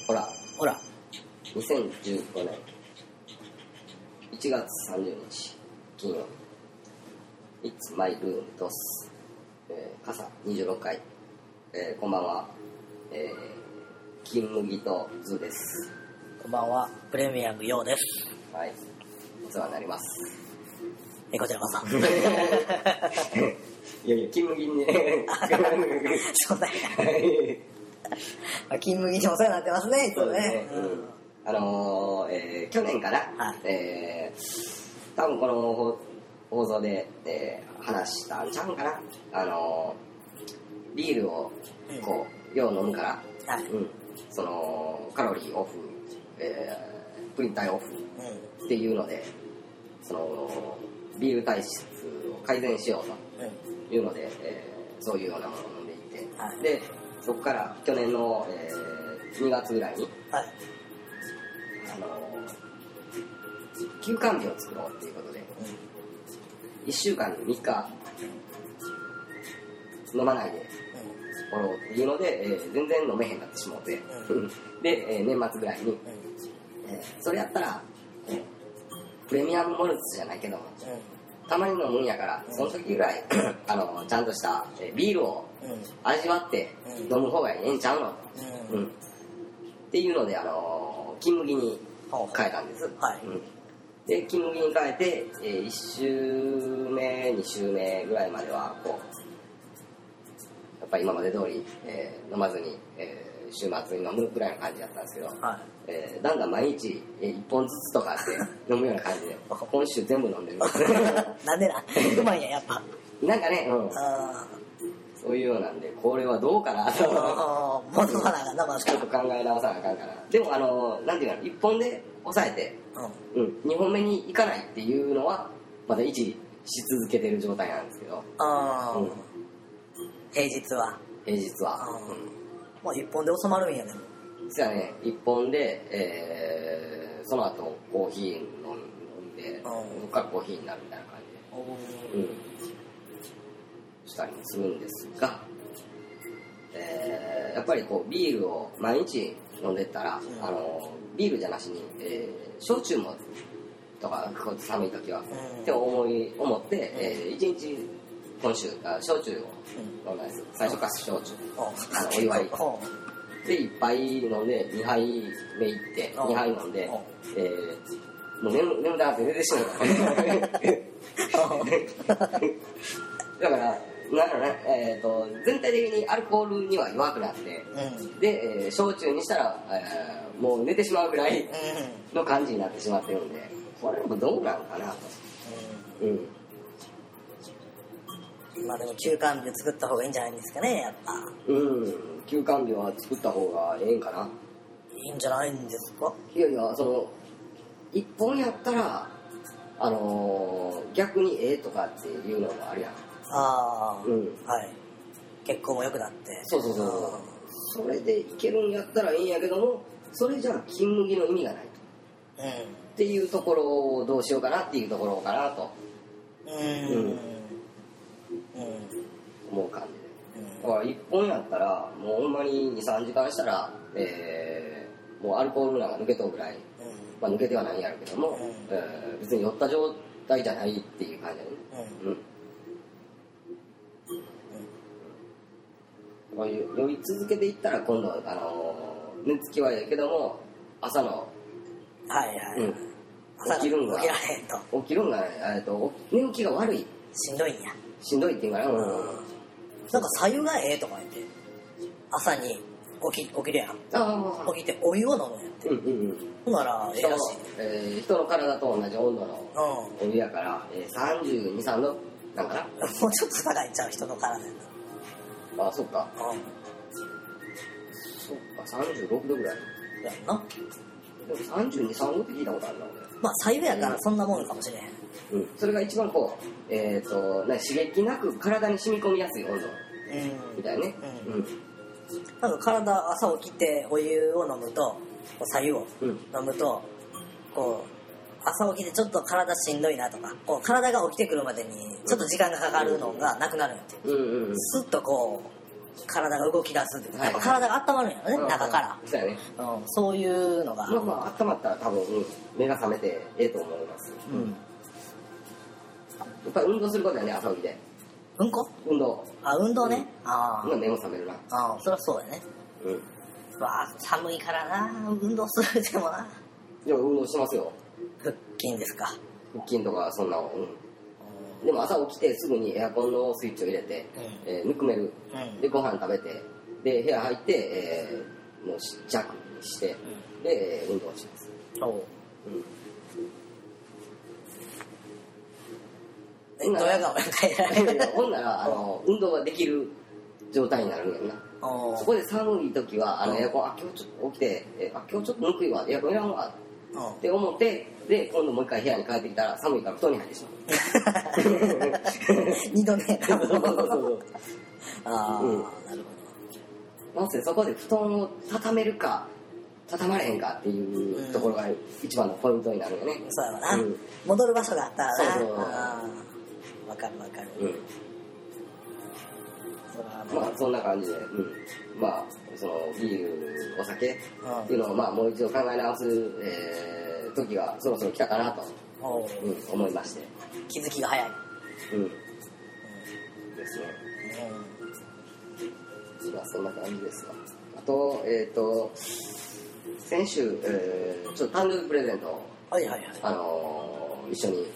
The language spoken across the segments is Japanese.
ほら2015年1月30日金曜日 It's my room ドス、傘26回、こんばんは、金麦とズーです。 こんばんは、プレミアムヨウです。 はい、お世話になります。 こちらこそいや金麦にねそうだよ金麦にお世話になってますね、いつもね。 去年かな、 はい、 多分この放送で、話したんちゃうんかな、ビールをこう、よう飲むから、 はい、 そのカロリーオフ、プリン体オフっていうので、そのビール体質を改善しようというので、そういうようなものを飲んでいて、 はい、でそこから去年の、2月ぐらいに、はい、休肝日を作ろうっていうことで、1週間に3日飲まないでおろうっていうので、全然飲めへんなってしまって、で、年末ぐらいに、それやったらプレミアムモルツじゃないけども、たまに飲むんやから、その時ぐらいちゃんとしたビールを味わって飲む方がええんちゃうのと、っていうので金麦に変えたんです。はい、で金麦に変えて、1週目2週目ぐらいまではこうやっぱり今まで通り、飲まずに、週末に飲むぐらいの感じだったんですけど、はい、だんだん毎日1本ずつとかって飲むような感じで今週全部飲んでるなんでなうまいんや、やっぱなんかね、そういうようなんで、これはどうかなとちょっと考え直さなあかんかな。でもなんていうか1本で抑えて、2本目に行かないっていうのはまだ維持し続けてる状態なんですけど、 平日はもう1本で収まるんやね。 実はね、1本で、その後コーヒー飲んで、そこからコーヒーになるみたいな感じで、したりもするんですが、やっぱりこうビールを毎日飲んでったら、ビールじゃなしに、焼酎もとかこう寒い時は、って思って、1日今週焼酎を飲んだんです。最初から焼酎、お祝いで1杯飲んで2杯目行って2杯飲んで、もう眠たくて寝てしまうだからなんかね、全体的にアルコールには弱くなって、で、焼酎にしたら、もう寝てしまうぐらいの感じになってしまってるんで、これもどうなのかなと。 まあでも休肝日作った方がいいんじゃないんですかね、やっぱ。 休肝日は作った方がええんかな。 いいんじゃないんですか。 いやいや、その一本やったら逆にええとかっていうのもあるやん。はい。 血行も良くなって。 そう。それでいけるんやったらいいんやけども、それじゃあ金麦の意味がないと。っていうところをどうしようかなっていうところかなと。思う感じで。だから1本やったらもうほんまに 2,3 時間したら、もうアルコールなんか抜けとうぐらい、まあ抜けてはないんやるけども、別に酔った状態じゃないっていう感じだね。酔い続けていったら今度寝つきはいいけども朝の起きるんが寝起きが悪い、 しんどいんや、 しんどいっていうかな、 なんか白湯がええとか言って朝に起きるやん、起きてお湯を飲むんやって、ほんならええらしい。 人の体と同じ温度のお湯やから、32、3度なんかなもうちょっと高いちゃう、人の体やな。そっか、そっか、36度ぐらいやんな。 でも32、3度って聞いたことあるな俺。 まあ白湯やからそんなもんかもしれへん。 それが一番こう刺激なく体に染み込みやすい温度みたいね。 なんか体朝起きてお湯を飲むと、白湯を飲むと、こう朝起きてちょっと体しんどいなとか、こう体が起きてくるまでにちょっと時間がかかるのがなくなるんやって、スッとこう体が動き出すっていうか、 はいやっぱ体が温まるんやろね、中からそうやね。 そういうのがまあ温まったら多分、目が覚めてええと思います。やっぱり運動することやね、朝起きて。 うんこ運動。 運動ね、 目も覚めるな。 そりゃそうだね。わあ寒いからな、運動するでもな。 いや、運動しますよ。 腹筋ですか。 腹筋とかそんなの。でも朝起きてすぐにエアコンのスイッチを入れて、ぬくめる。で、ご飯食べて、で、部屋入って、もう弱にして、で、運動します。 ドヤ顔や変えられる。 ほんなら運動ができる状態になるんやんな。そこで寒い時はエアコン今日ちょっと起きて今日ちょっとぬくいわ、エアコンいらんわって思って、で今度もう一回部屋に帰ってきたら寒いから布団に入ってしまう。 二度寝。なるほど。 なんせそこで布団を畳めるか畳まれへんかっていうところが一番のポイントになるよね。 そうやわな。戻る場所があったらな。 そうわかる。 まあそんな感じで、まあそのビール、お酒っていうのをまあもう一度考え直す時がそろそろ来たかなと思いまして。 気づきが早い。 ですね。まあそんな感じですわ。あと先週ちょっと誕生日プレゼントを一緒に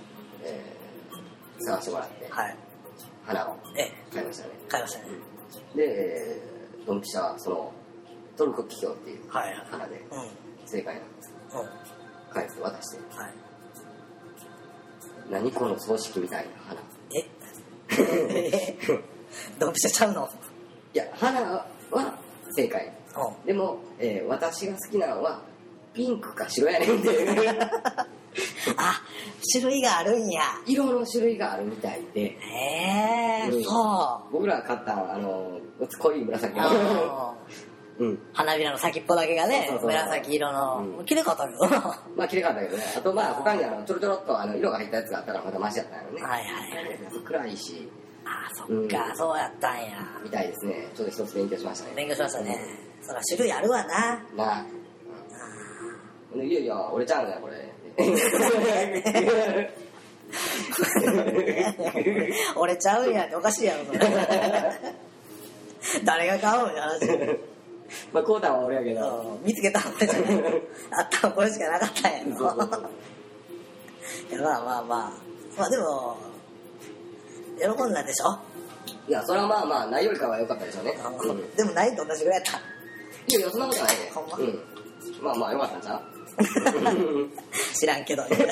探してもらって。花を買いましたね。で、ドンピシャ、そのトルコキキョウっていう花で正解なんです。帰って渡して、何この葬式みたいな花。 ドンピシャちゃうの？ いや、花は正解。でも、私が好きなのはピンクか白やねんっていう。 種類があるんや。 色の種類があるみたいで。 そう。 僕らが買った濃い紫の花びらの先っぽだけがね、紫色の。綺麗かったけど。 まあ綺麗かったけどね。あとまあ他にちょろちょろっと色が入ったやつがあったらまたマシだったよね。暗いし。 そっか、そうやったんや。 みたいですね。ちょっと一つ勉強しましたね。 勉強しましたね。そら種類あるわな。 いやいや、俺ちゃうのやこれ。 俺ちゃうんやっておかしいやろそれ。誰が買うんや話。 まあこうたんは俺やけど見つけたん俺じゃない。あったのこれしかなかったんやろ。いやまあでも喜んだでしょ。 いやそれはまあまあないよりかは良かったでしょうね。 でもないと同じぐらいやった。 いやそんなことないね。まあまあ良かったんちゃう。 知らんけど。 みたい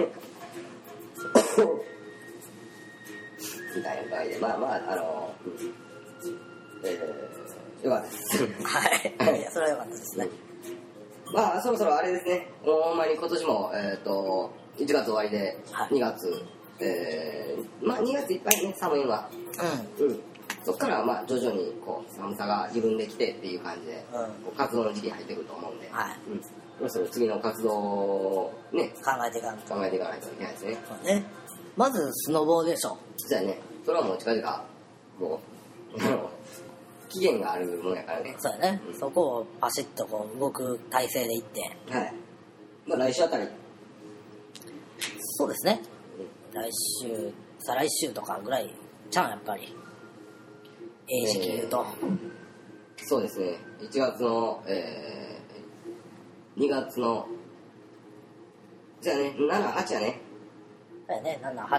な感じで、まあまあよかったです。 いやそれはよかったですね。 まあそろそろあれですね。ほんまに今年も1月終わりで2月、まあ2月いっぱいね寒いのは。そっからまあ徐々にこう寒さが緩んできてっていう感じで、活動の時期に入ってくると思うんで。それ次の活動をね考えていかないといけないですね。 まずスノボーでしょ。 そうやね。それはもう近々もう期限があるものやからね。 そうやね。そこをパシッとこう動く体勢で行って。 まあ来週あたり。 そうですね。来週再来週とかぐらいちゃうんやっぱり。時期言うと。 そうですね。1月の2月のじゃあね7、8やね。 だよね、7、8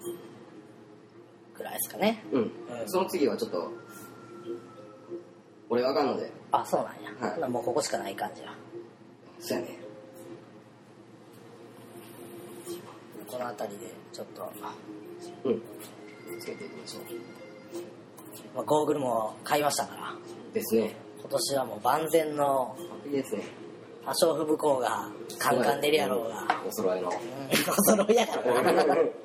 ぐらいですかね。 その次はちょっと俺わかんので。 そうなんや。もうここしかない感じや。 そうやね。 この辺りでちょっとつけていきましょう。ゴーグルも買いましたからですね。 今年はもう万全のいいですね。 多少不向こうがカンカン出るやろうがお揃いのお揃いやからな。ほんまに。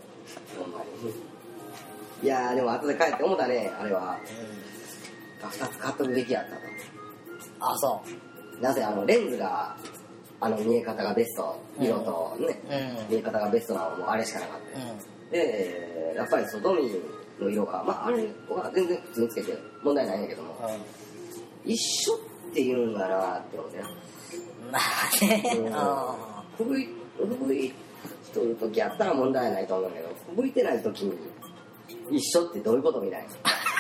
いやでも後で帰って思ったね。あれは2つ買っとくべきやったと。 そうなぜレンズが見え方がベスト、色とね、見え方がベストなのもあれしかなかった。でやっぱり外見の色が、まあ、あれは全然普通につけて問題ないんだけども、一緒っていうんだなって思ってな。 まあね、 ふぶいとる時やったら問題ないと思うんだけど、ふぶいてない時に一緒ってどういうことみたい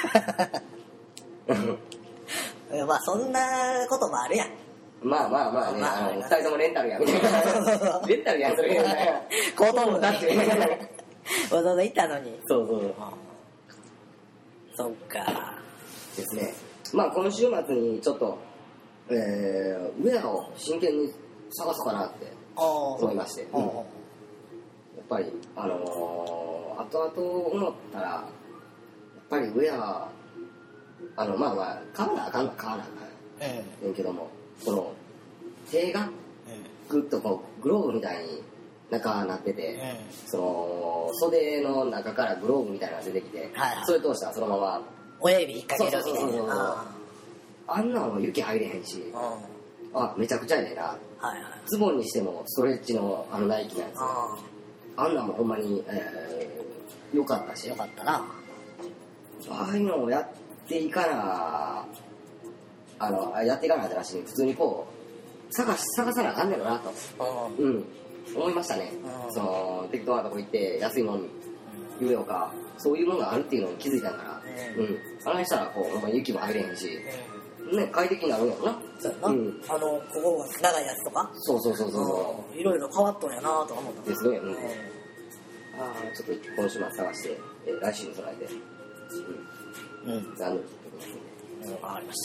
な。まあそんなこともあるやん。 まあね、2人ともレンタルやみたいな。レンタルやんそれみたいな。 高等部だってわざわざ行ったのに。 そうそっかですね。まあ今週末にちょっと、ウェアを真剣に探そうかなって思いまして、やっぱり後々思ったらやっぱりウェアまあ買わなあかんの買わなあかんねんけども、この手がグッとこうグローブみたいに中なってて、その袖の中からグローブみたいなのが出てきて、それ通したらそのまま親指引っ掛けるみたいな。 あんなの雪入れへんし、めちゃくちゃやねんな。ズボンにしてもストレッチのナイキなんですよ。あんなんもほんまに良かったし、 よかったな。 ああいうのをやっていかなって話に普通にこう探さなあかんねんなと、思いましたね。その適当なとこ行って安いもん言うよか、そういうものがあるっていうのに気づいたから、あれしたらこうほんま雪も入れへんし、ね、快適になるんやろな。 そうやな。ここ長いやつとか。 そういろいろ変わっとんやなと思った。 ですね。ちょっと今週末探して、来週に備えて、残念と思いますんで。 わかりました。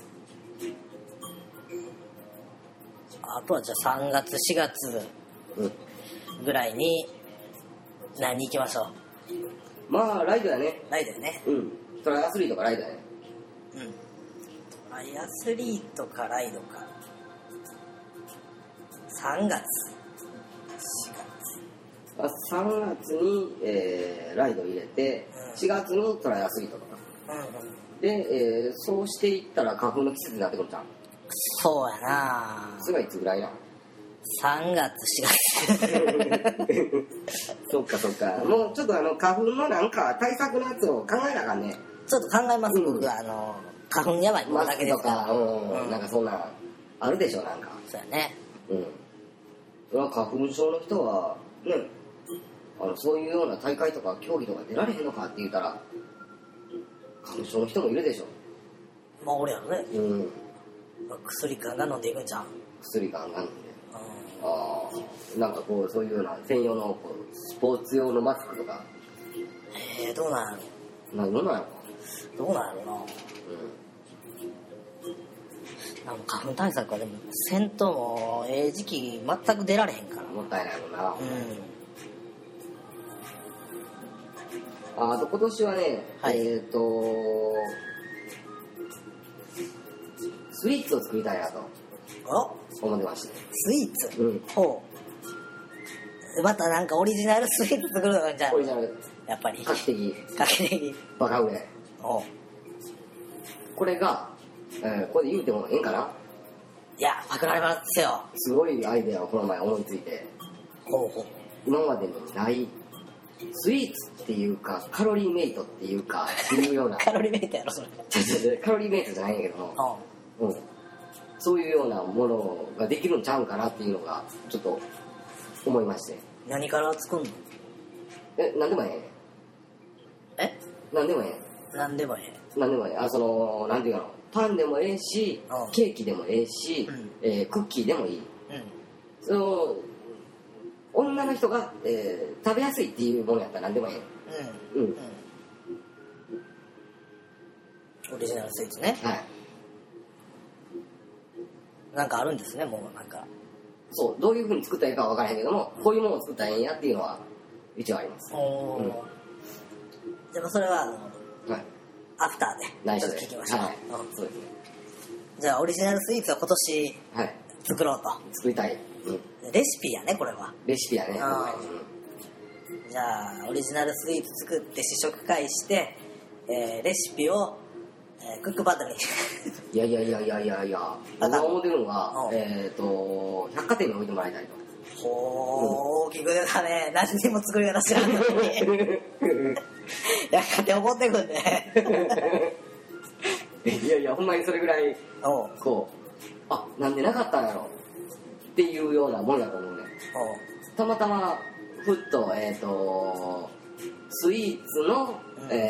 あとはじゃあ3月4月ぐらいに何に行きましょう。 まあライドやね。 ライドやね。 トライアスリートかライドやね。 トライアスリートかライドか。3月 3月に、ライド入れて、4月にトライアスリートとか、で、そうしていったら花粉の季節になってくるじゃん。 そうやな。 それがいつぐらいな 3月4月そっかもうちょっと花粉のなんか対策のやつを考えなあかんね。 ちょっと考えます、僕花粉やばいものだけですから。 なんかそんなんあるでしょ。なんかそうやね。 花粉症の人はね、そういうような大会とか競技とか出られへんのかって言ったら花粉症の人もいるでしょ。 まあ俺やろね。薬ガンガン飲んでいくんじゃん。 薬ガンガン飲んで。なんかこうそういうような専用のこうスポーツ用のマスクとか。 どうなんやろ。 どうなんやろな。花粉対策はでもせんとも時期全く出られへんから。 もったいないもんな。あと今年はね、スイーツを作りたいなと思ってまして。 スイーツ？ほう。またなんかオリジナルスイーツ作るのがいいんじゃない？ オリジナル。 やっぱり。 画期的。バカ上。これが、これで言うてもええんかな？ いや、パクられますよ。 すごいアイデアをこの前思いついて。今までにないスイーツっていうかカロリーメイトっていうかっていうようなカロリーメイトやろそれ。 カロリーメイトじゃないんだけども、そういうようなものができるんちゃうんかなっていうのがちょっと思いまして。 何から作んの？ 何でもええ。何でもええ。 何でもええ。 何でもええ。なんていうかな、パンでもええし、ケーキでもええし、クッキーでもいい。その女の人が、食べやすいっていうものやったら何でもええ。 オリジナルスイーツね。なんかあるんですね、もうなんか。 そう、どういう風に作ったらいいかは分からへんけども、こういうものを作ったらええんやっていうのは一応あります。 でもそれはアフターでちょっと聞きましょう。 そうですね。 じゃあオリジナルスイーツは今年作ろうと。 作りたい。 レシピやね、これは。 レシピやね。 じゃあオリジナルスイーツ作って試食会して、レシピをクックパッドにいや僕が思ってるのは、百貨店に置いてもらいたいと。 大きく出たね。何にも作り方知らんのにやがて怒ってくんね。 いやいや、ほんまにそれぐらい、こう、なんでなかったんやろっていうようなもんやと思うね。たまたま、ふっと、スイーツの、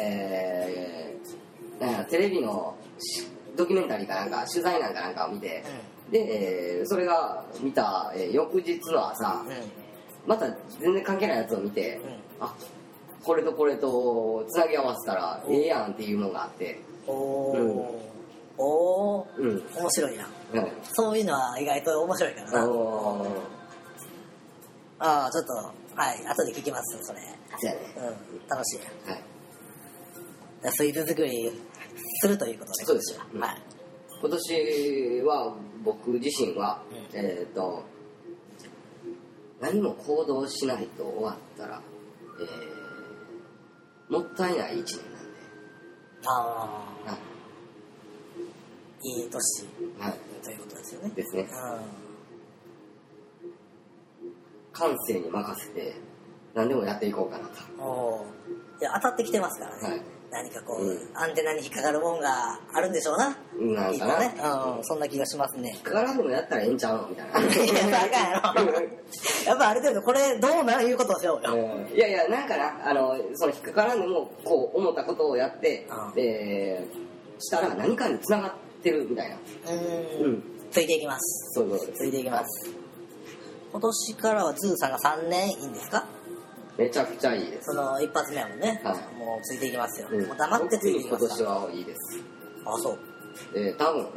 テレビのドキュメンタリーかなんか、取材なんかを見て、で、それが見た、翌日の朝、また全然関係ないやつを見て、これとこれとつなぎ合わせたらええやんっていうのがあって、 面白いな。そういうのは意外と面白いからな。ちょっと、はい、後で聞きます、それ。 そうやね。 楽しい。 はい。 スイーツ作りするということで。 そうですよ。 はい。 今年は僕自身は、何も行動しないと終わったら、もったいない一年なんで。 いい年、 はい、 ということですよね。 ですね。感性に任せて何でもやっていこうかなと。 いや、当たってきてますからね。はい、何かこう、アンテナに引っかかるもんがあるんでしょうな。 なんかな。 ね、そんな気がしますね。 引っかからんでもやったらええんちゃうのみたいな。 やっぱある程度これどうなるいうことをしようよ。 いやいや、なんかな、その引っかからんでもこう思ったことをやって、したら何かに繋がってるみたいな。 ついていきます。 そういうことです。 ついていきます。今年からはズーさんが3年いいんですか？ めちゃくちゃいいです。 その一発目はもうついていきますよ。もう黙ってついていきます。 今年はいいです。 そう。 多分。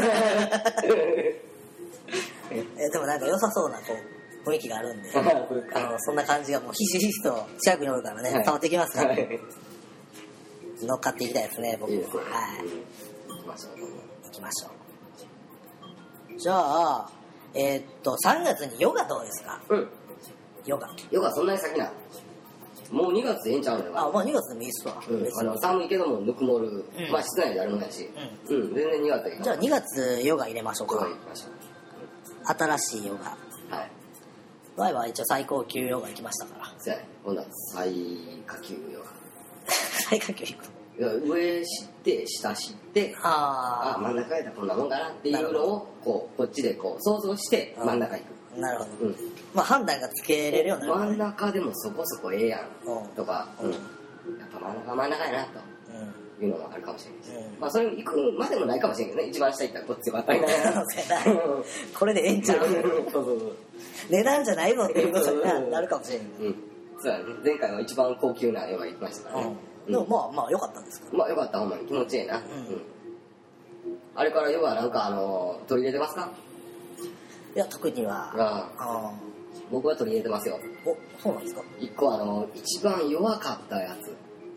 でもなんか良さそうなこう雰囲気があるんで、そんな感じがもうひしひしと近くにおるからね、伝わってきますから、乗っかっていきたいですね、僕も。はい。 行きましょう。 行きましょう。じゃあ、3月にヨガどうですか？ヨガそんなに先な。もう2月でええんちゃうのよ。 もう2月でもいいっすわ。 寒いけどもぬくもる。まあ室内でやるもんやし。全然2月でいい。 じゃあ2月ヨガ入れましょうか。 行きましょう。 新しいヨガ。はい。前は一応最高級ヨガ行きましたから。 そうやね。今度は最下級ヨガ。 最下級行く。 上知って下知って真ん中やったらこんなもんかなっていうのをこっちでこう想像して真ん中行く。 なるほど。まあ判断がつけれるようになる。 真ん中でもそこそこええやんとか、やっぱ真ん中やなというのもあるかもしれないし、まあそれに行くまでもないかもしれんけどね。一番下行ったらこっちばっかりな。 これでええんちゃう。値段じゃないぞっていうことになるかもしれん。 そうやね。前回は一番高級なヨガ行きましたからね。 でもまあ良かったんですか？ まあ良かった、ほんまに気持ちいいな。あれからヨガなんか取り入れてますか？ いや、特には。 僕は取り入れてますよ。 そうなんですか？ 一個一番弱かったやつ。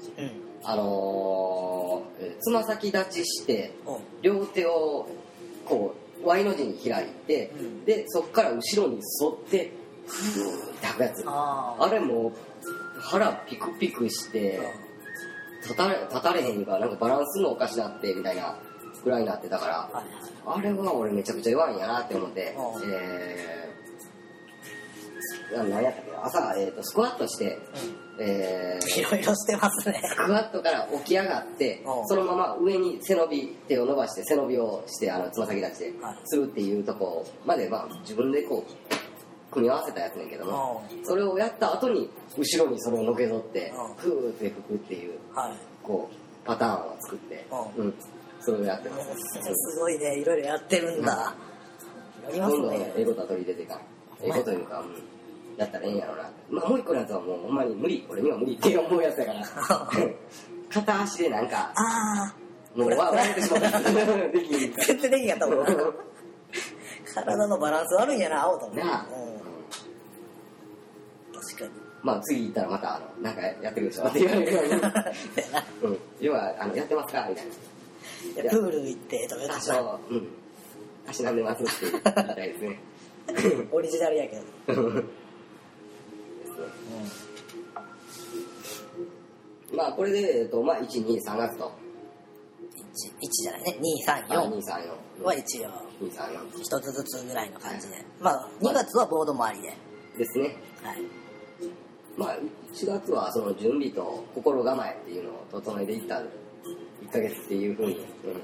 つま先立ちして両手をこう Y の字に開いて、でそっから後ろに沿ってフーって吐くやつ。あれもう腹ピクピクして立たれへんからなんかバランスのおかしなってみたいなぐらいになってたから、あれは俺めちゃくちゃ弱いんやなって思って、何やったっけ、朝、スクワットして、 いろいろしてますね。 スクワットから起き上がって、そのまま上に手を伸ばして背伸びをしてつま先立ちでするっていうとこまで、まあ、自分でこう組み合わせたやつねんけども、それをやった後に後ろにそれをのけぞってフーって吹くっていう、こうパターンを作って、それをやってます。 すごいね、いろいろやってるんだ。やりますね。 どんどん英語と取り入れていかん。英語というか、やったらええんやろうな。まあもう一個のやつはもうほんまに無理、俺には無理って思うやつやから。片足でなんか、もう笑ってしまった。できん。 全然できんやったもん。体のバランス悪いんやな、青と思う。確かに。 まあ次行ったらまたなんかやってるでしょって言われるように。要はやってますかみたいな。 プール行ってとか言ってた。足なんでますって言いたいですね。 オリジナルやけど。 まあこれでまあ1、2、3月と。 1じゃないね。2、3、4。 2、3、4。 は一応。 2、3、4。 一つずつぐらいの感じで。まあ2月はボード周りで。 ですね。 はい。 まあ4月はその準備と心構えっていうのを整えていった1ヶ月っていうふうに、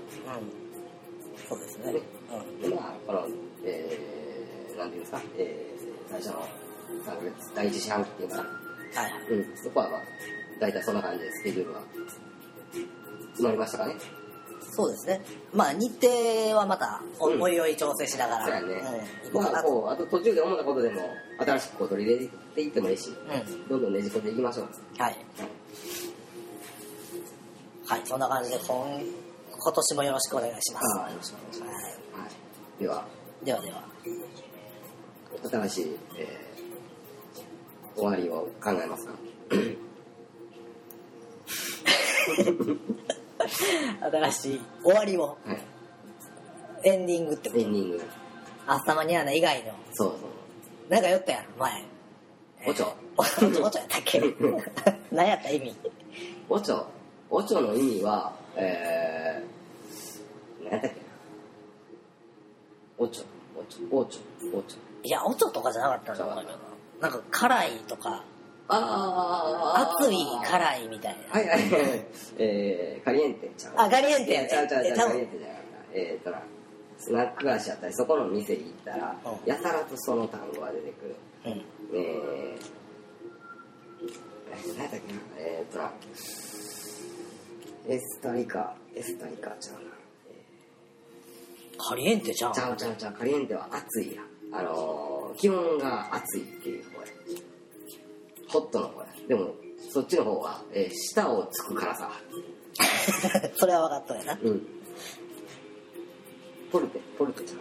そうですね。 でまあこの、なんていうんですか、最初の3ヶ月第一四半期っていうのは、そこはまあ大体そんな感じでスケジュールが決まりましたかね。 そうですね。まあ日程はまたおいおい調整しながら、 そうやね。まあこうあと途中で思ったことでも新しくこう取り入れていってもいいし、どんどんねじ込んでいきましょう。 はい。はい、そんな感じで今年もよろしくお願いします。 よろしくお願いします。はい。では新しい、終わりを考えますか。 新しい終わりを、エンディングってこと。 エンディング。 アスタマニアーナ以外の。 そう。 なんか言ったやろ前。 おちょやったっけ。何やった意味。 おちょの意味は何やったっけな。おちょ。 いや、おちょとかじゃなかったんだよ。なんか辛いとか。熱い辛いみたいな。 カリエンテちゃう。 カリエンテやね。 ちゃうカリエンテじゃなかった。スナック菓子やったりそこの店に行ったら、やたらとその単語が出てくる。何やったっけな。エスタリカちゃうな。 カリエンテちゃう。 ちゃう。カリエンテは熱いや。気温が熱いっていう方や。ホットの方や。でもそっちの方は、舌をつく辛さ。 それは分かったやな。 ポルテちゃ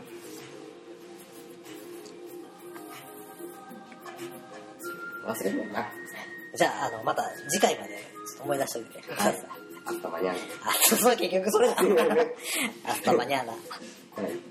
う。忘れるもんな。 じゃあまた次回までちょっと思い出しておいて。 はい。アスタマニャーナ。 そう結局それだ。アスタマニャーナ。 はい。